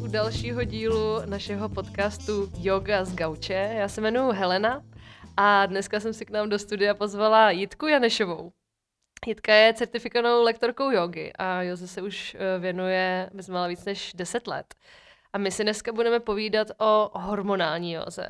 dalšího dílu našeho podcastu Yoga z Gauče. Já se jmenuji Helena a dneska jsem si k nám do studia pozvala Jitku Janešovou. Jitka je certifikovanou lektorkou jógy a józe se už věnuje bezmála víc než 10 let. A my si dneska budeme povídat o hormonální józe.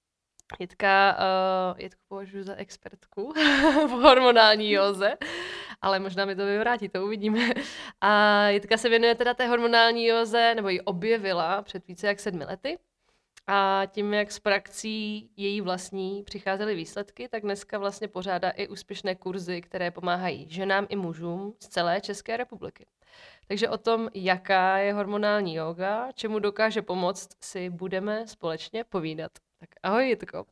Jitku považuji za expertku v hormonální józe, ale možná mi to vyvrátí, to uvidíme. A Jitka se věnuje teda té hormonální józe, nebo ji objevila před více jak 7 lety. A tím, jak z praxí její vlastní přicházely výsledky, tak dneska vlastně pořádá i úspěšné kurzy, které pomáhají ženám i mužům z celé České republiky. Takže o tom, jaká je hormonální jóga, čemu dokáže pomoct, si budeme společně povídat. Tak ahoj, Jitko.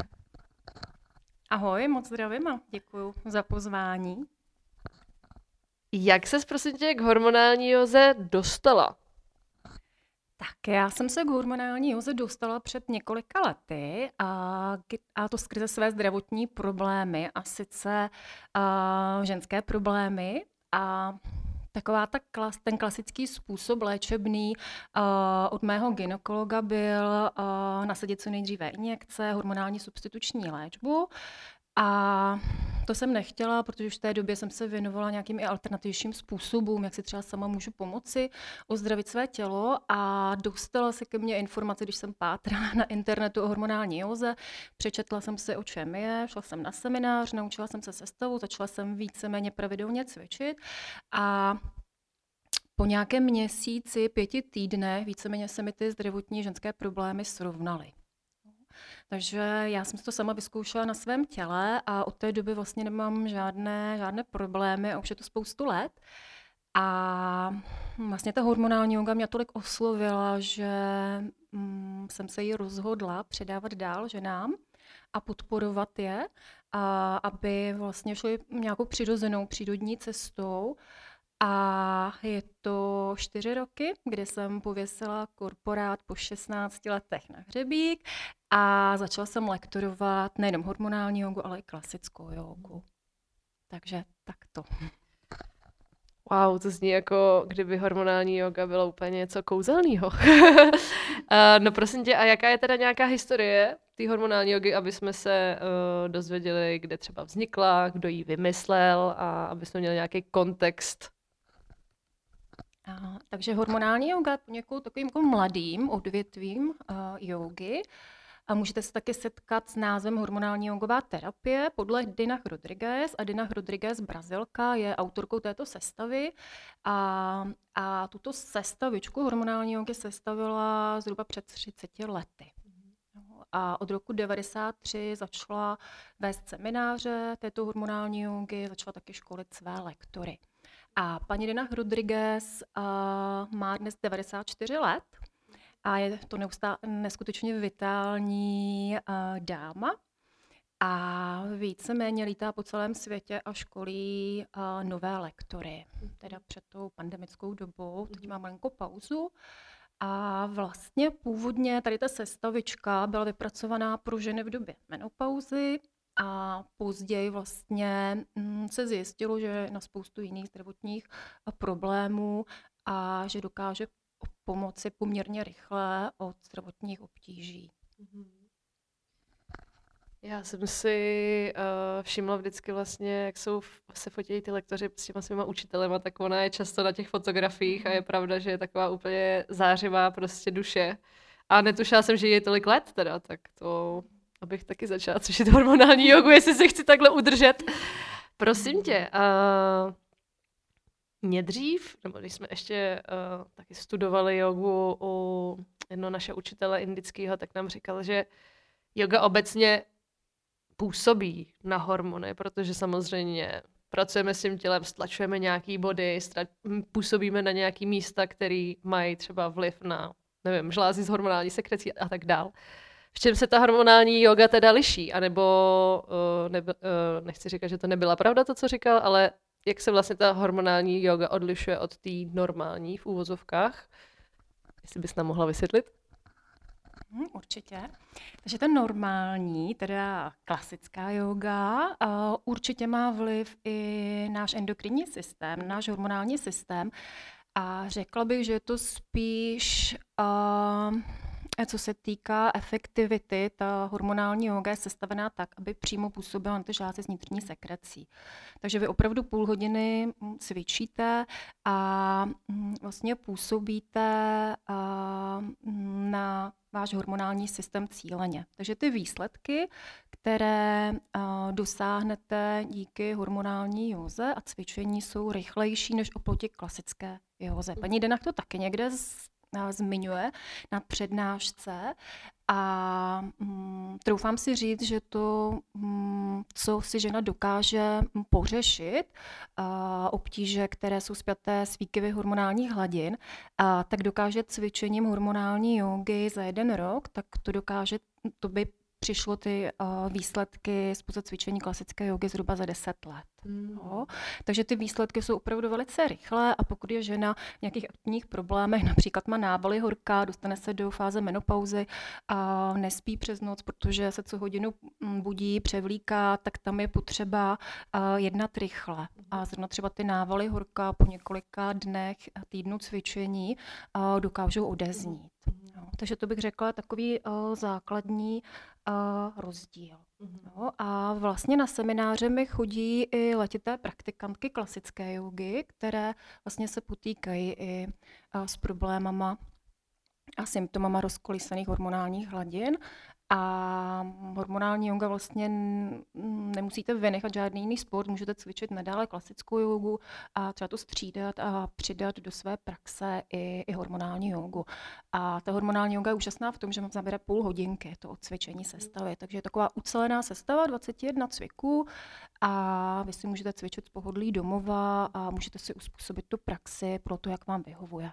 Ahoj, moc zdravím a děkuji za pozvání. Jak ses prosím tě k hormonální józe dostala? Tak já jsem se k hormonální józe dostala před několika lety a to skrze své zdravotní problémy a sice ženské problémy a ten klasický způsob léčebný od mého gynekologa byl nasadit co nejdříve injekce, hormonální substituční léčbu. A to jsem nechtěla, protože už v té době jsem se věnovala nějakým i alternativnějším způsobům, jak si třeba sama můžu pomoci ozdravit své tělo a dostala se ke mně informace, když jsem pátrala na internetu o hormonální józe, přečetla jsem si, o čem je, šla jsem na seminář, naučila jsem se sestavu, začala jsem víceméně pravidelně cvičit a po nějakém měsíci, 5 týdnech, víceméně se mi ty zdravotní ženské problémy srovnaly. Takže já jsem si to sama vyzkoušela na svém těle a od té doby vlastně nemám žádné problémy a už je to spoustu let. A vlastně ta hormonální jóga mě tolik oslovila, že jsem se jí rozhodla předávat dál ženám a podporovat je, aby vlastně šly nějakou přirozenou přírodní cestou. A je to 4 roky, kdy jsem pověsila korporát po 16 letech na hřebík a začala jsem lektorovat nejenom hormonální jógu, ale i klasickou jógu. Takže takto. Wow, to zní jako kdyby hormonální jóga byla úplně něco kouzelného. No prosím tě, a jaká je teda nějaká historie té hormonální jógy, aby jsme se dozvěděli, kde třeba vznikla, kdo ji vymyslel a aby jsme měli nějaký kontext. Takže hormonální jóga je poněkud takovým jako mladým odvětvím jógy. A můžete se taky setkat s názvem hormonální jógová terapie podle Dinah Rodriguez. A Dinah Rodriguez, Brazilka, je autorkou této sestavy. A tuto sestavičku hormonální jógy sestavila zhruba před 30 lety. A od roku 1993 začala vést semináře této hormonální jógy, začala taky školit své lektory. A paní Dinah Rodriguez má dnes 94 let a je to neskutečně vitální dáma a víceméně lítá po celém světě a školí nové lektory. Teda před tou pandemickou dobou, teď mám malinkou pauzu. A vlastně původně tady ta sestavička byla vypracovaná pro ženy v době menopauzy, a později vlastně se zjistilo, že na spoustu jiných zdravotních problémů a že dokáže pomoci poměrně rychle od zdravotních obtíží. Já jsem si všimla vždycky vlastně, jak se fotí ty lektoři s těma svýma učitelema, tak ona je často na těch fotografiích a je pravda, že je taková úplně zářivá prostě duše. A netušila jsem, že je tolik let teda, tak to... abych taky začala cvičit hormonální jogu, jestli se chci takhle udržet. Prosím tě, mě dřív, nebo když jsme ještě taky studovali jogu u jednoho našeho učitele indického, tak nám říkal, že joga obecně působí na hormony, protože samozřejmě pracujeme s tím tělem, stlačujeme nějaký body, působíme na nějaký místa, které mají třeba vliv na, nevím, žlázy z hormonální sekrecí a tak dál. V čem se ta hormonální jóga teda liší? A nebo nechci říkat, že to nebyla pravda, to, co říkal, ale jak se vlastně ta hormonální jóga odlišuje od té normální v úvozovkách? Jestli bys nám mohla vysvětlit? Určitě. Takže ta normální, teda klasická jóga, určitě má vliv i náš endokrinní systém, náš hormonální systém. A řekla bych, že je to spíš, co se týká efektivity, ta hormonální jóga je sestavená tak, aby přímo působila na ty žlázy s vnitřní sekrecí. Takže vy opravdu půl hodiny cvičíte a vlastně působíte na váš hormonální systém cíleně. Takže ty výsledky, které dosáhnete díky hormonální józe a cvičení, jsou rychlejší než oproti klasické józe. Paní Denach to taky někde zmiňuje na přednášce a troufám si říct, že to, co si žena dokáže pořešit, obtíže, které jsou spjaté s výkyvy hormonálních hladin, tak dokáže cvičením hormonální jógy za 1 rok, tak to by přišlo ty výsledky z cvičení klasické jógy zhruba za 10 let. Jo. Takže ty výsledky jsou opravdu velice rychlé a pokud je žena v nějakých akutních problémech, například má návaly horka, dostane se do fáze menopauzy a nespí přes noc, protože se co hodinu budí, převlíká, tak tam je potřeba jednat rychle. A zrovna třeba ty návaly horka po několika dnech, týdnu cvičení dokážou odeznít. Jo. Takže to bych řekla takový základní rozdíl. No, a vlastně na semináře mi chodí i letité praktikantky klasické jógy, které vlastně se potýkají i s problémama a symptomama rozkolísaných hormonálních hladin. A hormonální jóga vlastně nemusíte vynechat žádný jiný sport, můžete cvičit nadále klasickou jógu a třeba to střídat a přidat do své praxe i hormonální jógu. A ta hormonální jóga je úžasná v tom, že zabere půl hodinky to cvičení sestavy, takže je taková ucelená sestava 21 cviků a vy si můžete cvičit z pohodlí domova a můžete si uspůsobit tu praxi pro to, jak vám vyhovuje.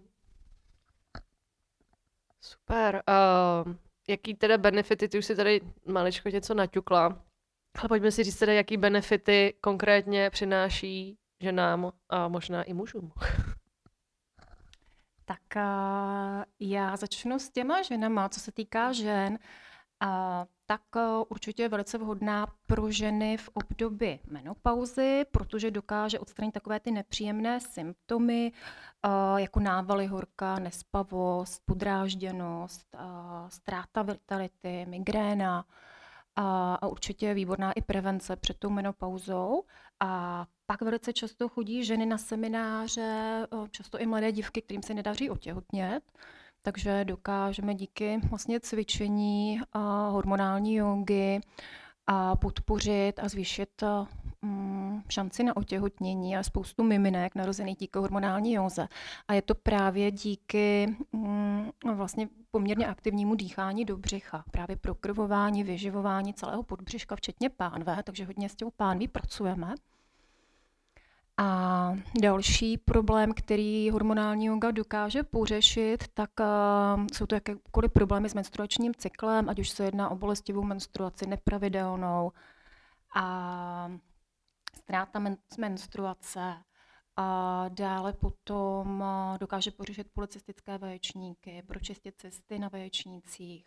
Super. Jaký teda benefity, ty už si tady maličko něco naťukla, ale pojďme si říct teda, jaký benefity konkrétně přináší ženám a možná i mužům. Tak já začnu s těma ženama, co se týká žen, tak určitě je velice vhodná pro ženy v období menopauzy, protože dokáže odstranit takové ty nepříjemné symptomy, jako návaly horka, nespavost, podrážděnost, ztráta vitality, migréna. A určitě je výborná i prevence před tou menopauzou. A pak velice často chodí ženy na semináře, často i mladé dívky, kterým se nedaří otěhotnět. Takže dokážeme díky vlastně cvičení hormonální jógy podpořit a zvýšit šanci na otěhotnění a spoustu miminek narozených díky hormonální józe. A je to právě díky vlastně poměrně aktivnímu dýchání do břicha, právě prokrvování, vyživování celého podbřiška, včetně pánve, takže hodně s těmi pánví pracujeme. A další problém, který hormonální jóga dokáže pořešit, tak jsou to jakékoliv problémy s menstruačním cyklem, ať už se jedná o bolestivou menstruaci, nepravidelnou a ztráta menstruace. A dále potom dokáže pořešit polycystické vaječníky, pročistit cysty na vaječnících.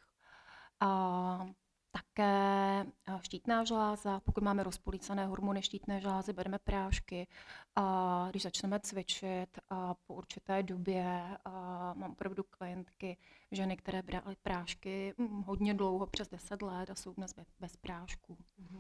Také štítná žláza, pokud máme rozpolícené hormony štítné žlázy, bereme prášky. A když začneme cvičit po určité době, mám opravdu klientky, ženy, které braly prášky hodně dlouho, přes 10 let a jsou dnes bez prášků.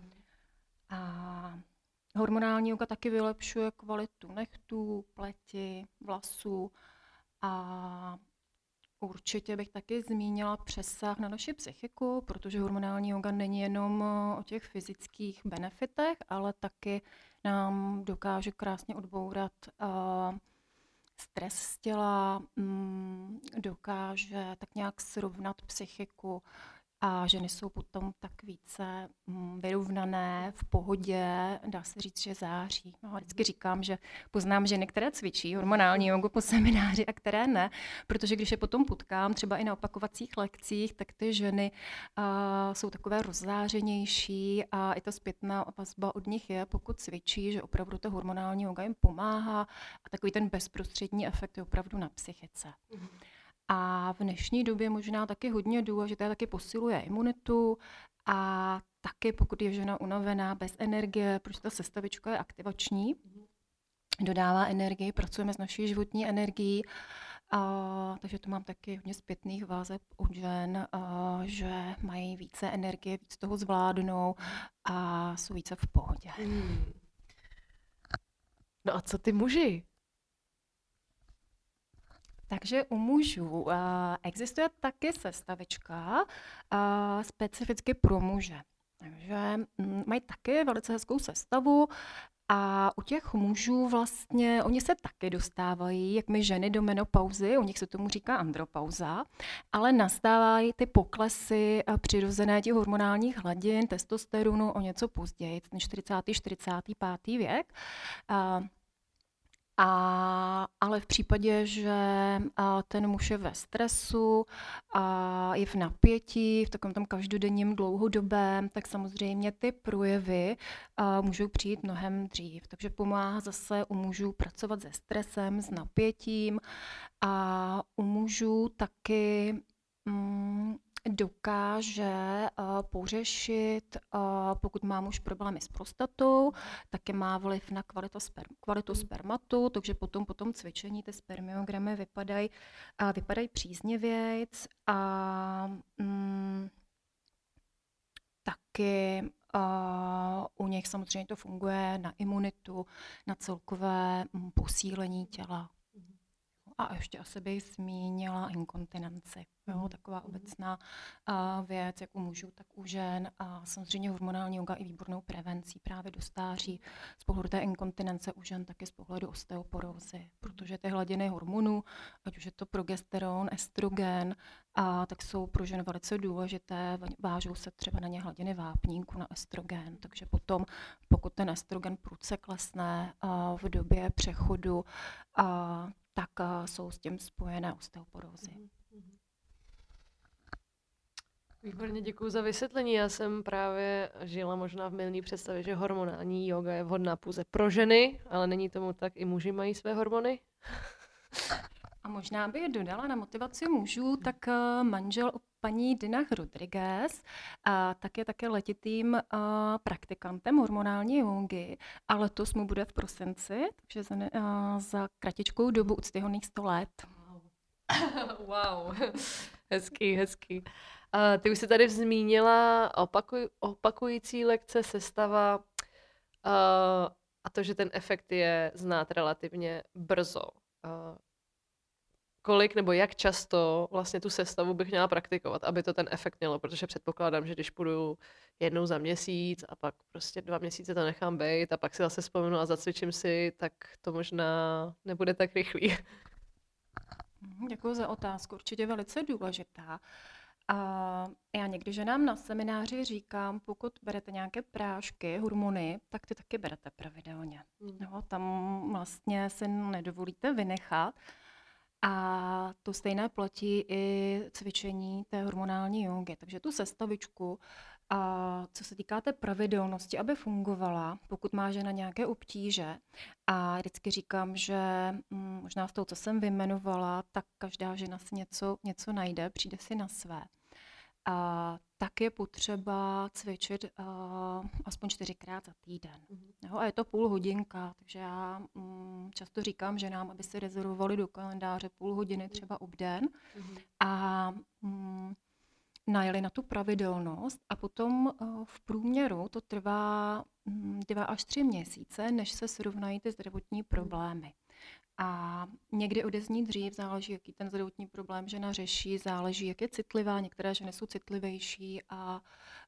A hormonální jóga taky vylepšuje kvalitu nechtů, pleti, vlasů a určitě bych taky zmínila přesah na naši psychiku, protože hormonální jóga není jenom o těch fyzických benefitech, ale taky nám dokáže krásně odbourat stres z těla, dokáže tak nějak srovnat psychiku a ženy jsou potom tak více vyrovnané, v pohodě, dá se říct, že září. No, vždycky říkám, že poznám ženy, které cvičí hormonální jógu po semináři a které ne, protože když je potom potkám, třeba i na opakovacích lekcích, tak ty ženy jsou takové rozzářenější a i ta zpětná vazba od nich je, pokud cvičí, že opravdu ta hormonální jóga jim pomáhá a takový ten bezprostřední efekt je opravdu na psychice. A v dnešní době možná taky hodně důležité, taky posiluje imunitu a taky pokud je žena unavená, bez energie, protože ta sestavička je aktivační, dodává energii, pracujeme s naší životní energií. Takže to mám taky hodně zpětných vazeb od žen, že mají více energie, víc toho zvládnou a jsou více v pohodě. No a co ty muži? Takže u mužů existuje taky sestavička specificky pro muže. Takže mají taky velice hezkou sestavu a u těch mužů vlastně, oni se taky dostávají, jak my ženy, do menopauzy, u nich se tomu říká andropauza, ale nastávají ty poklesy přirozené těch hormonálních hladin, testosteronu o něco později, ten 40. 45. věk. Ale v případě, že ten muž je ve stresu a je v napětí, v takovém tom každodenním dlouhodobém, tak samozřejmě ty projevy můžou přijít mnohem dřív. Takže pomáhá zase u mužů pracovat se stresem, s napětím a u mužů taky dokáže pořešit, pokud má muž problémy s prostatou, taky má vliv na kvalitu spermatu, takže potom po tom cvičení ty spermiogramy vypadají příznivějc a taky u nich samozřejmě to funguje na imunitu, na celkové posílení těla. A ještě asi bych zmínila inkontinenci. Jo, taková obecná věc, jak u mužů, tak u žen. A samozřejmě hormonální yoga i výbornou prevencí právě do stáří z pohledu té inkontinence u žen, taky z pohledu osteoporózy. Protože ty hladiny hormonů, ať už je to progesteron, estrogen, tak jsou pro ženy velice důležité. Vážou se třeba na ně hladiny vápníku, na estrogen. Takže potom, pokud ten estrogen prudce klesne v době přechodu, tak jsou s tím spojené osteoporózy. Výborně, děkuji za vysvětlení. Já jsem právě žila možná v mylné představě, že hormonální yoga je vhodná pouze pro ženy, ale není tomu tak, i muži mají své hormony. A možná by je dodala na motivaci mužů, tak manžel paní Dinah Rodriguez tak je také letitým praktikantem hormonální jógy a letos mu bude v prosinci, takže za kratičkou dobu úctyhodných 100 let. Wow, hezký. Ty už jsi tady zmínila opakující lekce, sestava a to, že ten efekt je znát relativně brzo. Kolik nebo jak často vlastně tu sestavu bych měla praktikovat, aby to ten efekt mělo, protože předpokládám, že když půjdu jednou za měsíc a pak prostě 2 měsíce to nechám bejt a pak si zase vzpomenu a zacvičím si, tak to možná nebude tak rychlý. Děkuji za otázku, určitě velice důležitá. Já někdy ženám na semináři říkám, pokud berete nějaké prášky, hormony, tak ty taky berete pravidelně. No, tam vlastně se nedovolíte vynechat. A to stejné platí i cvičení té hormonální jógy. Takže tu sestavičku, co se týká té pravidelnosti, aby fungovala, pokud má žena nějaké obtíže, a vždycky říkám, že možná z toho, co jsem vyjmenovala, tak každá žena si něco najde, přijde si na své. Tak je potřeba cvičit aspoň 4krát za týden. Jo, a je to půl hodinka, takže já často říkám ženám, aby si rezervovali do kalendáře půl hodiny třeba obden a najeli na tu pravidelnost a potom v průměru to trvá 2 až 3 měsíce, než se srovnají ty zdravotní problémy. A někdy odezní dřív, záleží, jaký ten zdravotní problém žena řeší, záleží, jak je citlivá, některé ženy jsou citlivější a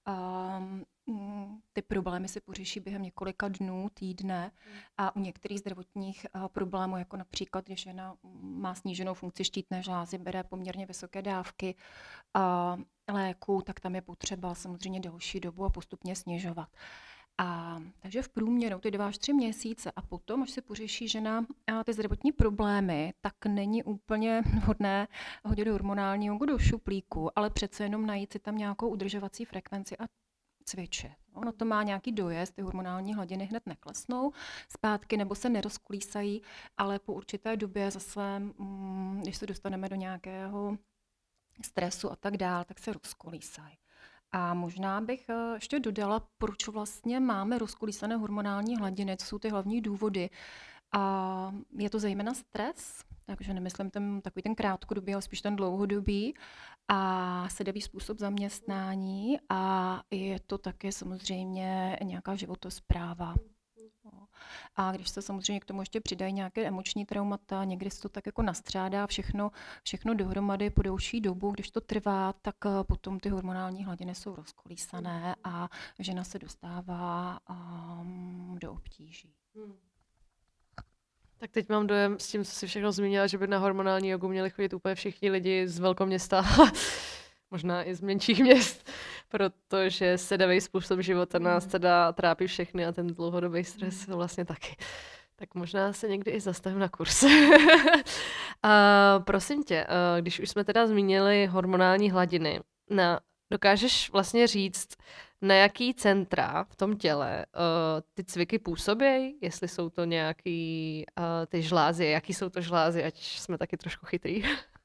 ty problémy se pořeší během několika dnů, týdne a u některých zdravotních problémů, jako například, když žena má sníženou funkci štítné žlázy, bere poměrně vysoké dávky léků, tak tam je potřeba samozřejmě delší dobu a postupně snižovat. Takže v průměru ty 2 až 3 měsíce a potom, až se pořeší žena ty zdravotní problémy, tak není úplně vhodné hodit hormonální jogu do šuplíku, ale přece jenom najít si tam nějakou udržovací frekvenci a cvičit. Ono to má nějaký dojezd, ty hormonální hladiny hned neklesnou zpátky nebo se nerozkolísají, ale po určité době zase, když se dostaneme do nějakého stresu a tak dál, tak se rozkolísají. A možná bych ještě dodala, proč vlastně máme rozkolísané hormonální hladiny, co jsou ty hlavní důvody. A je to zejména stres, takže nemyslím takový ten krátkodobý, ale spíš ten dlouhodobý a sedavý způsob zaměstnání a je to také samozřejmě nějaká životospráva. No. A když se samozřejmě k tomu ještě přidají nějaké emoční traumata, někdy se to tak jako nastřádá všechno dohromady po delší dobu, když to trvá, tak potom ty hormonální hladiny jsou rozkolísané a žena se dostává do obtíží. Tak teď mám dojem s tím, co jsi všechno zmínila, že by na hormonální jogu měli chodit úplně všichni lidi z velkoměsta, možná i z menších měst, protože sedavý způsob života nás teda trápí všechny a ten dlouhodobý stres vlastně taky. Tak možná se někdy i zastavím na kurz. Prosím tě, když už jsme teda zmínili hormonální hladiny, dokážeš vlastně říct, na jaký centra v tom těle ty cviky působí, jestli jsou to nějaký ty žlázy, jaký jsou to žlázy, ať jsme taky trošku chytrý.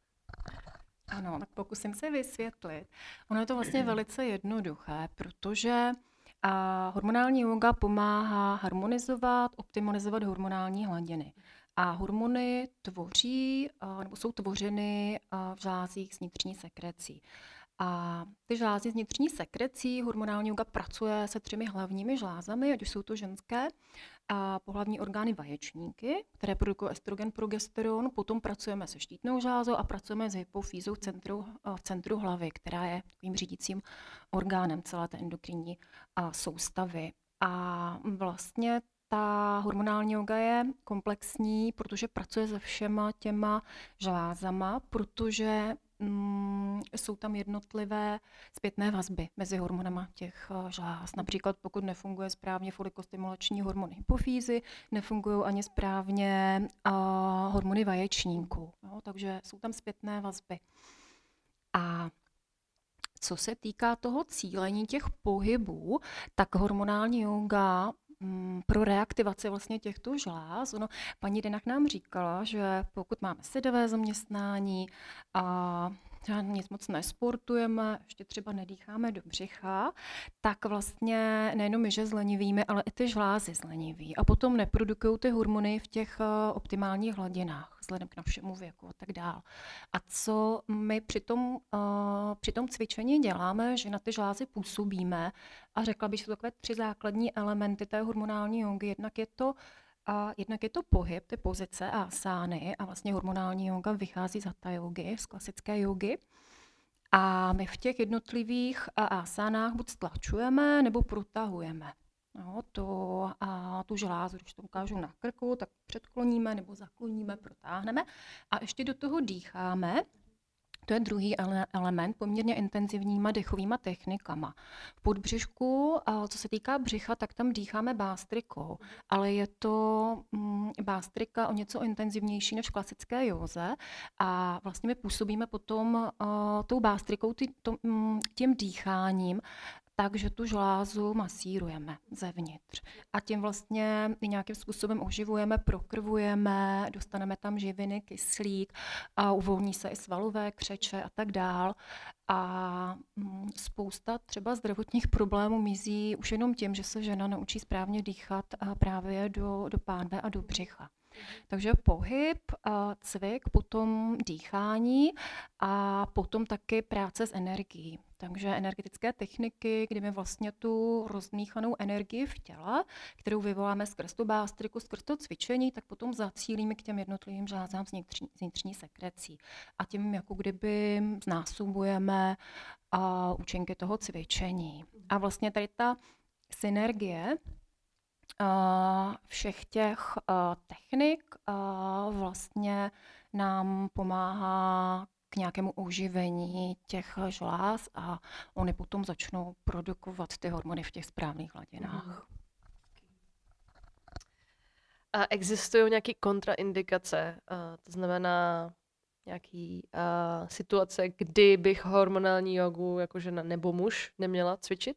Ano, tak pokusím se vysvětlit. Ono je to vlastně velice jednoduché, protože hormonální yoga pomáhá harmonizovat, optimalizovat hormonální hladiny. A hormony tvoří, nebo jsou tvořeny v žlázích s vnitřní sekrecí. A ty žlázy s vnitřní sekrecí, hormonální yoga pracuje se 3 hlavními žlázami, ať už jsou to ženské a pohlavní orgány vaječníky, které produkují estrogen, progesteron, potom pracujeme se štítnou žlázou a pracujeme s hypofýzou v centru hlavy, která je takovým řídícím orgánem celé té endokrinní soustavy. A vlastně ta hormonální yoga je komplexní, protože pracuje se všema těma žlázama, protože jsou tam jednotlivé zpětné vazby mezi hormonama těch žláz. Například pokud nefunguje správně folikostimulační hormony hypofýzy, nefungují ani správně hormony vaječníků. Jo? Takže jsou tam zpětné vazby. A co se týká toho cílení těch pohybů, tak hormonální yoga pro reaktivaci vlastně těchto žláz. Paní Denak nám říkala, že pokud máme sedavé zaměstnání a nic moc nesportujeme, ještě třeba nedýcháme do břicha, tak vlastně nejenom my, že zlenivíme, ale i ty žlázy zleniví. A potom neprodukují ty hormony v těch optimálních hladinách, vzhledem k našemu věku a tak dál. A co my při tom cvičení děláme, že na ty žlázy působíme a řekla bych, že jsou takové 3 základní elementy té hormonální jogy. Jednak je to pohyb, ty pozice a asány a vlastně hormonální yoga vychází z hatha jogy, z klasické jogy. A my v těch jednotlivých asánách buď stlačujeme nebo protahujeme. No, tu žlázu, když to ukážu na krku, tak předkloníme nebo zakloníme, protáhneme a ještě do toho dýcháme. To je druhý element poměrně intenzivníma dechovýma technikama. V podbřišku, co se týká břicha, tak tam dýcháme bástrikou, ale je to bástrika o něco intenzivnější než v klasické józe a vlastně my působíme potom tou bástrikou, tím dýcháním, takže tu žlázu masírujeme zevnitř. A tím vlastně nějakým způsobem oživujeme, prokrvujeme, dostaneme tam živiny, kyslík a uvolní se i svalové křeče a tak dál. A spousta třeba zdravotních problémů mizí už jenom tím, že se žena naučí správně dýchat právě do pánve a do břicha. Takže pohyb, cvik, potom dýchání a potom taky práce s energií. Takže energetické techniky, kdy my vlastně tu rozdmíchanou energii v těle, kterou vyvoláme skrz tu bástriku, skrz to cvičení, tak potom zacílíme k těm jednotlivým žlázám z vnitřní sekrecí. A tím jako kdyby znásobujeme účinky toho cvičení. A vlastně tady ta synergie všech těch technik vlastně nám pomáhá k nějakému oživení těch žláz a oni potom začnou produkovat ty hormony v těch správných hladinách. A existují nějaké kontraindikace, to znamená nějaké situace, kdy bych hormonální jogu jako žena nebo muž neměla cvičit?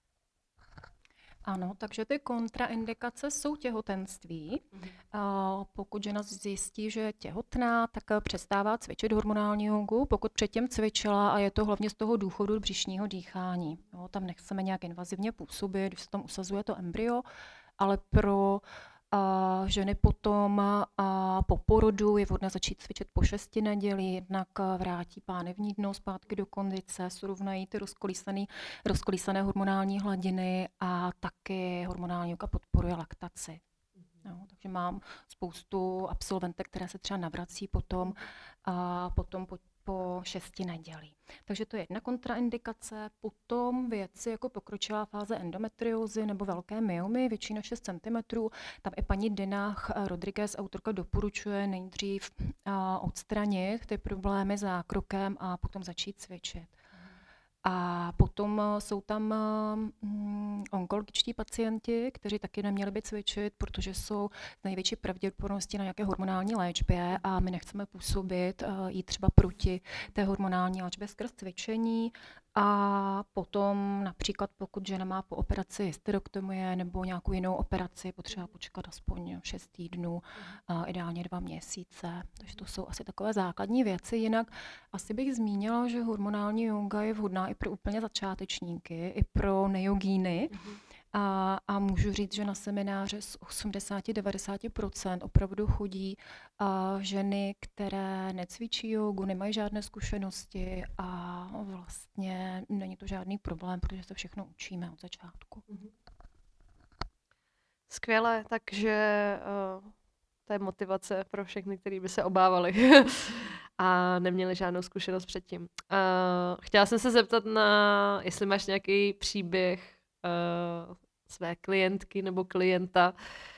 Ano, takže ty kontraindikace jsou těhotenství. Pokud žena zjistí, že je těhotná, tak přestává cvičit hormonální jogu, pokud předtím cvičila a je to hlavně z toho důchodu břišního dýchání. Jo, tam nechceme nějak invazivně působit, když se tam usazuje to embryo, ale pro Ženy potom po porodu je vhodné začít cvičit po 6 nedělí, jednak vrátí pánevní dno zpátky do kondice, srovnají ty rozkolísané hormonální hladiny a taky hormonální jóga podporuje laktaci. No, takže mám spoustu absolventek, které se třeba navrací potom po 6 nedělí. Takže to je jedna kontraindikace. Potom věci jako pokročilá fáze endometriózy nebo velké myomy, větší než 6 cm. Tam i paní Dinah Rodriguez, autorka, doporučuje nejdřív odstranit ty problémy zákrokem a potom začít cvičit. A potom jsou tam onkologičtí pacienti, kteří taky neměli by cvičit, protože jsou s největší pravděpodobností na nějaké hormonální léčbě a my nechceme působit, jít třeba proti té hormonální léčbě skrz cvičení. A potom například pokud žena má po operaci hysterektomie nebo nějakou jinou operaci, potřeba počkat aspoň 6 týdnů, ideálně 2 měsíce. Takže to jsou asi takové základní věci. Jinak asi bych zmínila, že hormonální jóga je vhodná i pro úplně začátečníky, i pro nejogíny. A můžu říct, že na semináře z 80-90% opravdu chodí ženy, které necvičí jogu, nemají žádné zkušenosti a vlastně není to žádný problém, protože se všechno učíme od začátku. Skvěle, takže to je motivace pro všechny, kteří by se obávali a neměli žádnou zkušenost předtím. Chtěla jsem se zeptat jestli máš nějaký příběh své klientky nebo klienta,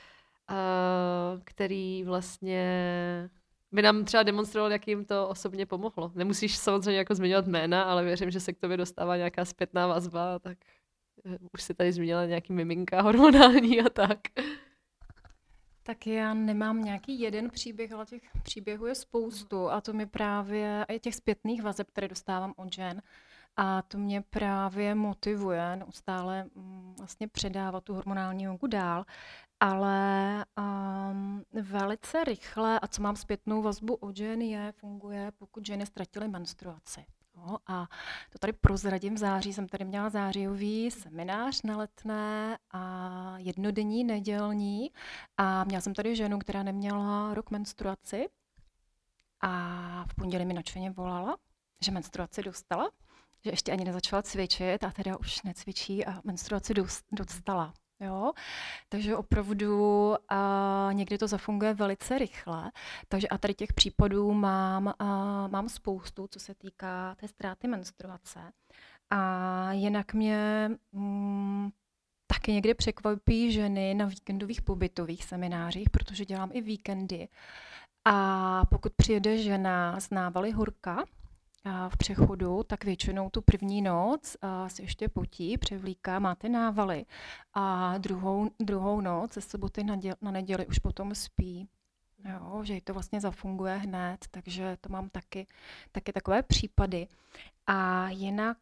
který vlastně by nám třeba demonstroval, jak jim to osobně pomohlo. Nemusíš samozřejmě jako zmiňovat jména, ale věřím, že se k tobě dostává nějaká zpětná vazba, tak už si tady zmínila nějaký miminka hormonální a tak. Tak já nemám nějaký jeden příběh, ale těch příběhů je spoustu a to mi právě, i těch zpětných vazeb, které dostávám od žen, a to mě právě motivuje neustále vlastně předávat tu hormonální jogu dál, ale velice rychle, a co mám zpětnou vazbu od žen, funguje, pokud ženy ztratily menstruaci. No, a to tady prozradím, v září jsem tady měla zářijový seminář na Letné a jednodenní nedělní a měla jsem tady ženu, která neměla rok menstruaci a v pondělí mi nadšeně volala, že menstruaci dostala, že ještě ani nezačala cvičit a teda už necvičí a menstruaci dostala. Jo? Takže opravdu někdy to zafunguje velice rychle. Takže a tady těch případů mám spoustu, co se týká té ztráty menstruace. A jinak mě taky někdy překvapí ženy na víkendových pobytových seminářích, protože dělám i víkendy. A pokud přijede žena z Návaly Horka, v přechodu, tak většinou tu první noc se ještě potí, převlíká, má ty návaly a druhou noc ze soboty na neděli už potom spí. Jo, že jí to vlastně zafunguje hned, takže to mám taky takové případy. A jinak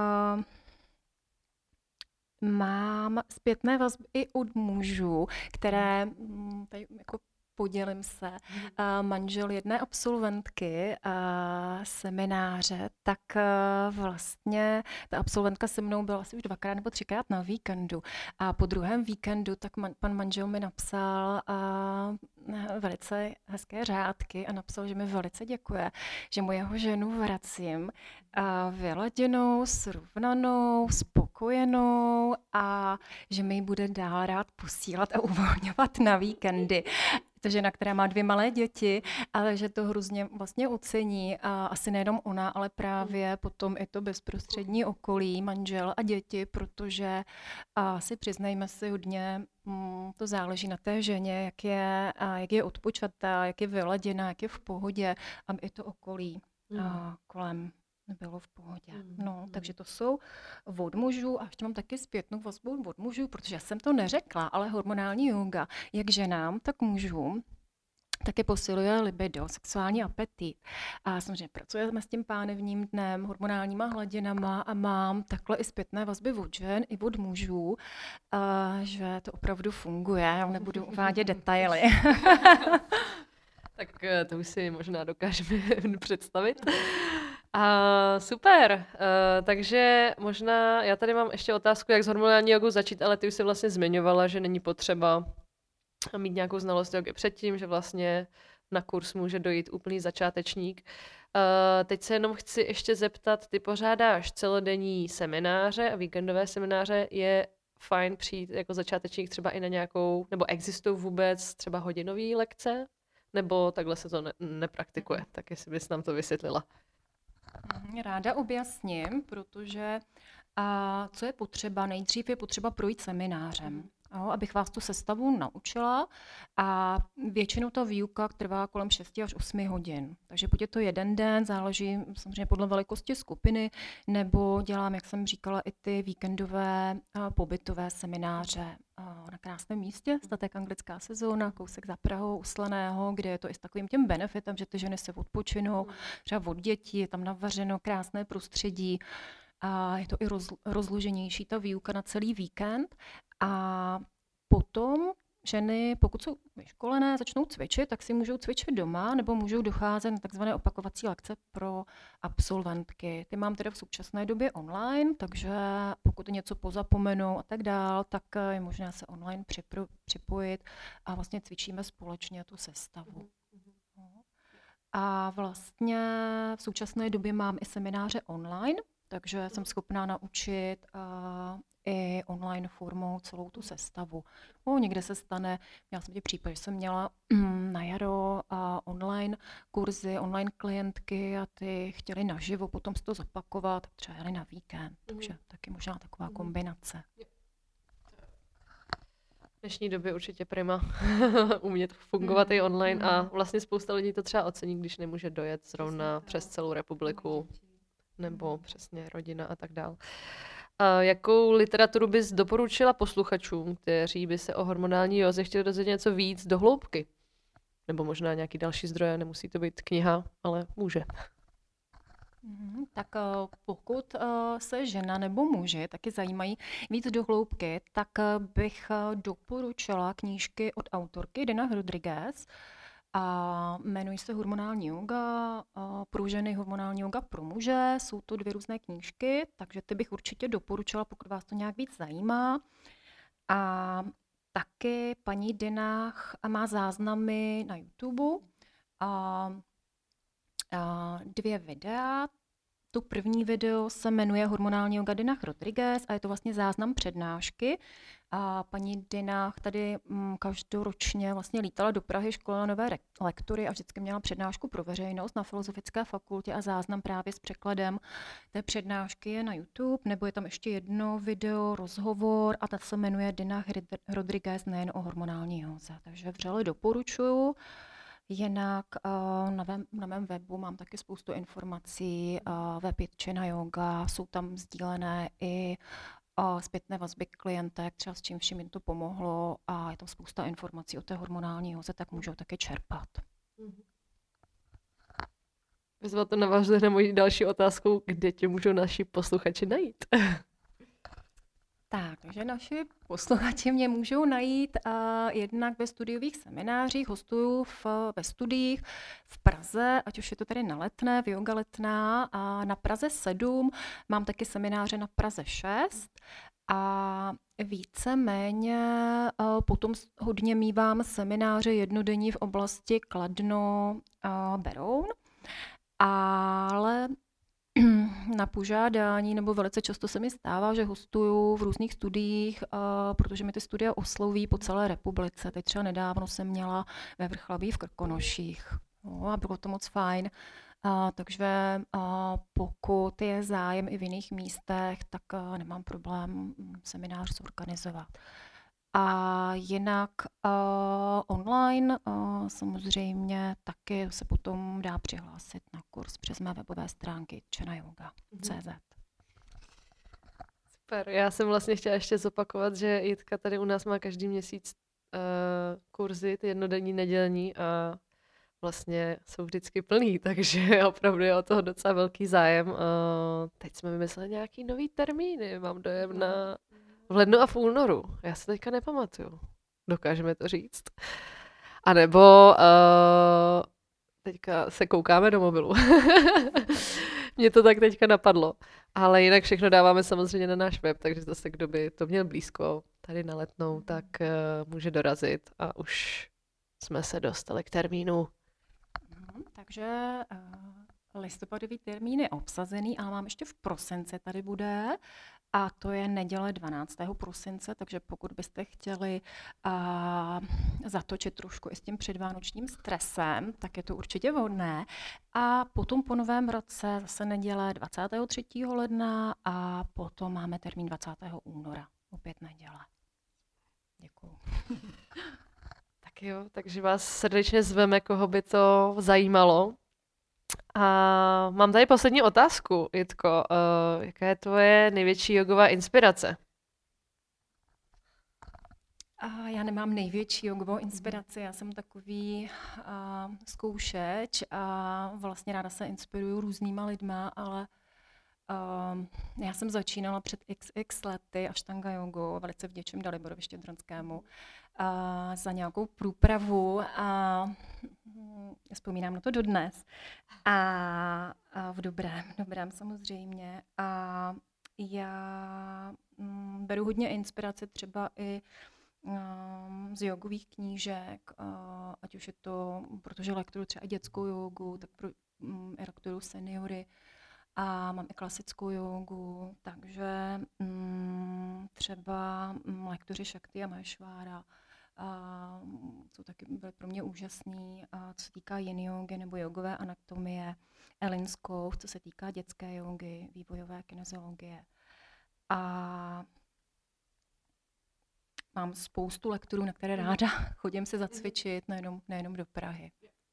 mám zpětné vazby i od mužů, které tady jako podělím se. Manžel jedné absolventky semináře, tak vlastně ta absolventka se mnou byla asi už 2krát nebo 3krát na víkendu. A po druhém víkendu tak pan manžel mi napsal velice hezké řádky a napsal, že mi velice děkuje, že mu jeho ženu vracím vyladěnou, srovnanou, spokojenou a že mi ji bude dál rád posílat a uvolňovat na víkendy. To žena, která má 2 malé děti, ale že to hrozně vlastně ocení a asi nejenom ona, ale právě potom i to bezprostřední okolí, manžel a děti, protože si přiznejme si hodně, to záleží na té ženě, jak je odpočatá, jak je vyladěná, jak je v pohodě, aby i to okolí kolem bylo v pohodě. No, takže to jsou od mužů a ještě mám taky zpětnou vazbu od mužů, protože já jsem to neřekla, ale hormonální jóga, jak ženám, tak mužům, taky posiluje libido, sexuální apetit. A samozřejmě pracujeme s tím pánevním dnem, hormonálníma hladinama a mám takhle i zpětné vazby od žen i od mužů, že to opravdu funguje. Já nebudu uvádět detaily. Tak to už si možná dokážeme představit. Super, takže možná, já tady mám ještě otázku, jak s hormonální jogou začít, ale ty už jsi vlastně zmiňovala, že není potřeba a mít nějakou znalost jogy předtím, že vlastně na kurz může dojít úplný začátečník. Teď se jenom chci ještě zeptat, ty pořádáš celodenní semináře a víkendové semináře, je fajn přijít jako začátečník třeba i na nějakou, nebo existují vůbec třeba hodinové lekce, nebo takhle se to nepraktikuje, tak jestli bys nám to vysvětlila. Ráda objasním, protože co je potřeba, nejdřív je potřeba projít seminářem, abych vás tu sestavu naučila a většinou ta výuka trvá kolem 6 až 8 hodin. Takže buď je to jeden den, záleží samozřejmě podle velikosti skupiny, nebo dělám, jak jsem říkala, i ty víkendové pobytové semináře na krásném místě, Statek anglická sezóna, kousek za Prahou, u Slaného, kde je to i s takovým tím benefitem, že ty ženy se odpočinou, třeba od dětí, je tam navařeno krásné prostředí, a je to i rozloženější ta výuka na celý víkend. A potom ženy, pokud jsou vyškolené, začnou cvičit, tak si můžou cvičit doma nebo můžou docházet na takzvané opakovací lekce pro absolventky. Ty mám teda v současné době online, takže pokud něco pozapomenou a tak dál, tak je možné se online připojit a vlastně cvičíme společně tu sestavu. A vlastně v současné době mám i semináře online, takže jsem schopná naučit i online formou celou tu sestavu. Někde se stane, měla jsem případ, že jsem měla na jaro online kurzy, online klientky a ty chtěly naživo potom si to zopakovat, třeba jeli na víkend, takže taky možná taková kombinace. V dnešní době určitě prima umět fungovat i online a vlastně spousta lidí to třeba ocení, když nemůže dojet zrovna přes celou republiku nebo přesně rodina a tak dál. Jakou literaturu bys doporučila posluchačům, kteří by se o hormonální józe chtěli dozvědět něco víc do hloubky? Nebo možná nějaký další zdroje, nemusí to být kniha, ale může. Tak pokud se žena nebo muži taky zajímají víc do hloubky, tak bych doporučila knížky od autorky Dinah Rodriguez. A jmenují se Hormonální jóga, pro ženy, Hormonální jóga pro muže. Jsou to 2 různé knížky, takže ty bych určitě doporučila, pokud vás to nějak víc zajímá. A taky paní Dinah má záznamy na YouTube. 2 videa. To první video se jmenuje Hormonální jóga Dinah Rodriguez a je to vlastně záznam přednášky. A paní Dinah tady každoročně vlastně lítala do Prahy, školila nové lektory a vždycky měla přednášku pro veřejnost na Filozofické fakultě a záznam právě s překladem té přednášky je na YouTube, nebo je tam ještě jedno video, rozhovor a ta se jmenuje Dinah Rodriguez nejen o hormonální józe. Takže vřele doporučuju. Jinak na mém webu mám taky spoustu informací, web Jitčina Yoga, jsou tam sdílené i zpětné vazby klientek, třeba s čím vším jim to pomohlo a je tam spousta informací o té hormonální józe, tak můžou taky čerpat. Vyzval to navazuje na moji další otázku, kde tě můžou naši posluchači najít? Takže naši posluchači mě můžou najít jednak ve studiových seminářích, hostuju ve studiích v Praze, ať už je to tady na Letné, v Yoga Letná, a na Praze 7, mám taky semináře na Praze 6 a víceméně potom hodně mívám semináře jednodenní v oblasti Kladno a Beroun, ale na požádání, nebo velice často se mi stává, že hostuju v různých studiích, protože mi ty studia osloví po celé republice. Teď třeba nedávno jsem měla ve Vrchlabí v Krkonoších a bylo to moc fajn. Takže pokud je zájem i v jiných místech, tak nemám problém seminář zorganizovat. A jinak online samozřejmě taky se potom dá přihlásit na kurz přes mé webové stránky jitčinayoga.cz. Super, já jsem vlastně chtěla ještě zopakovat, že Jitka tady u nás má každý měsíc kurzy, ty jednodenní, nedělní a vlastně jsou vždycky plný, takže opravdu je o toho docela velký zájem. Teď jsme vymysleli nějaký nový termíny, mám dojem na v lednu a v únoru. Já se teďka nepamatuju. Dokážeme to říct? A nebo teďka se koukáme do mobilu. Mně to tak teďka napadlo. Ale jinak všechno dáváme samozřejmě na náš web, takže zase kdo by to měl blízko, tady na Letnou, tak může dorazit a už jsme se dostali k termínu. Takže listopadový termín je obsazený, ale mám ještě v prosinci tady bude. A to je neděle 12. prosince, takže pokud byste chtěli zatočit trošku i s tím předvánočním stresem, tak je to určitě vhodné. A potom po novém roce zase neděle 23. ledna a potom máme termín 20. února. Opět neděle. Děkuju. Tak jo, takže vás srdečně zveme, koho by to zajímalo. A mám tady poslední otázku, Jitko. Jaká je tvoje největší jogová inspirace? Já nemám největší jogovou inspiraci, já jsem takový zkoušeč a vlastně ráda se inspiruju různýma lidma, ale já jsem začínala před xx lety Ashtanga jogu, velice vděčím Daliborovi Štědronskému za nějakou průpravu a vzpomínám na to dodnes. A v dobrém samozřejmě. A já beru hodně inspirace třeba i z jogových knížek, ať už je to, protože lektoruji třeba i dětskou jogu, tak lektoruji seniory a mám i klasickou jogu, takže třeba lektoři Shakti a Maheshwara jsou taky byly pro mě úžasný, co se týká yin jogy nebo jogové anatomie, Ellen Skov, co se týká dětské jogy, vývojové kinesiologie. A mám spoustu lektorů, na které ráda chodím se zacvičit, nejenom do Prahy.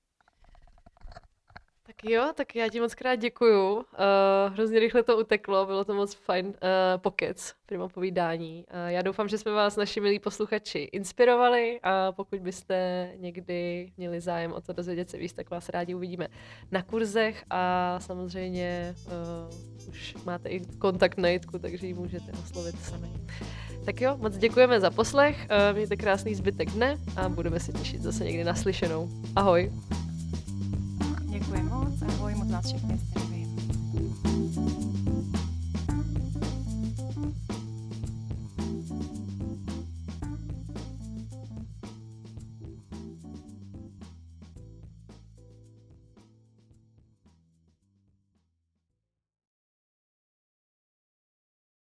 Tak jo, tak já ti moc krát děkuju. Hrozně rychle to uteklo, bylo to moc fajn pokec, prima povídání. Já doufám, že jsme vás, naši milí posluchači, inspirovali a pokud byste někdy měli zájem o to dozvědět se víc, tak vás rádi uvidíme na kurzech a samozřejmě už máte i kontakt na Jitku, takže ji můžete oslovit sami. Tak jo, moc děkujeme za poslech, mějte krásný zbytek dne a budeme se těšit zase někdy naslyšenou. Ahoj! Děkuji moc, ahoj, moc vás všechny zdravím.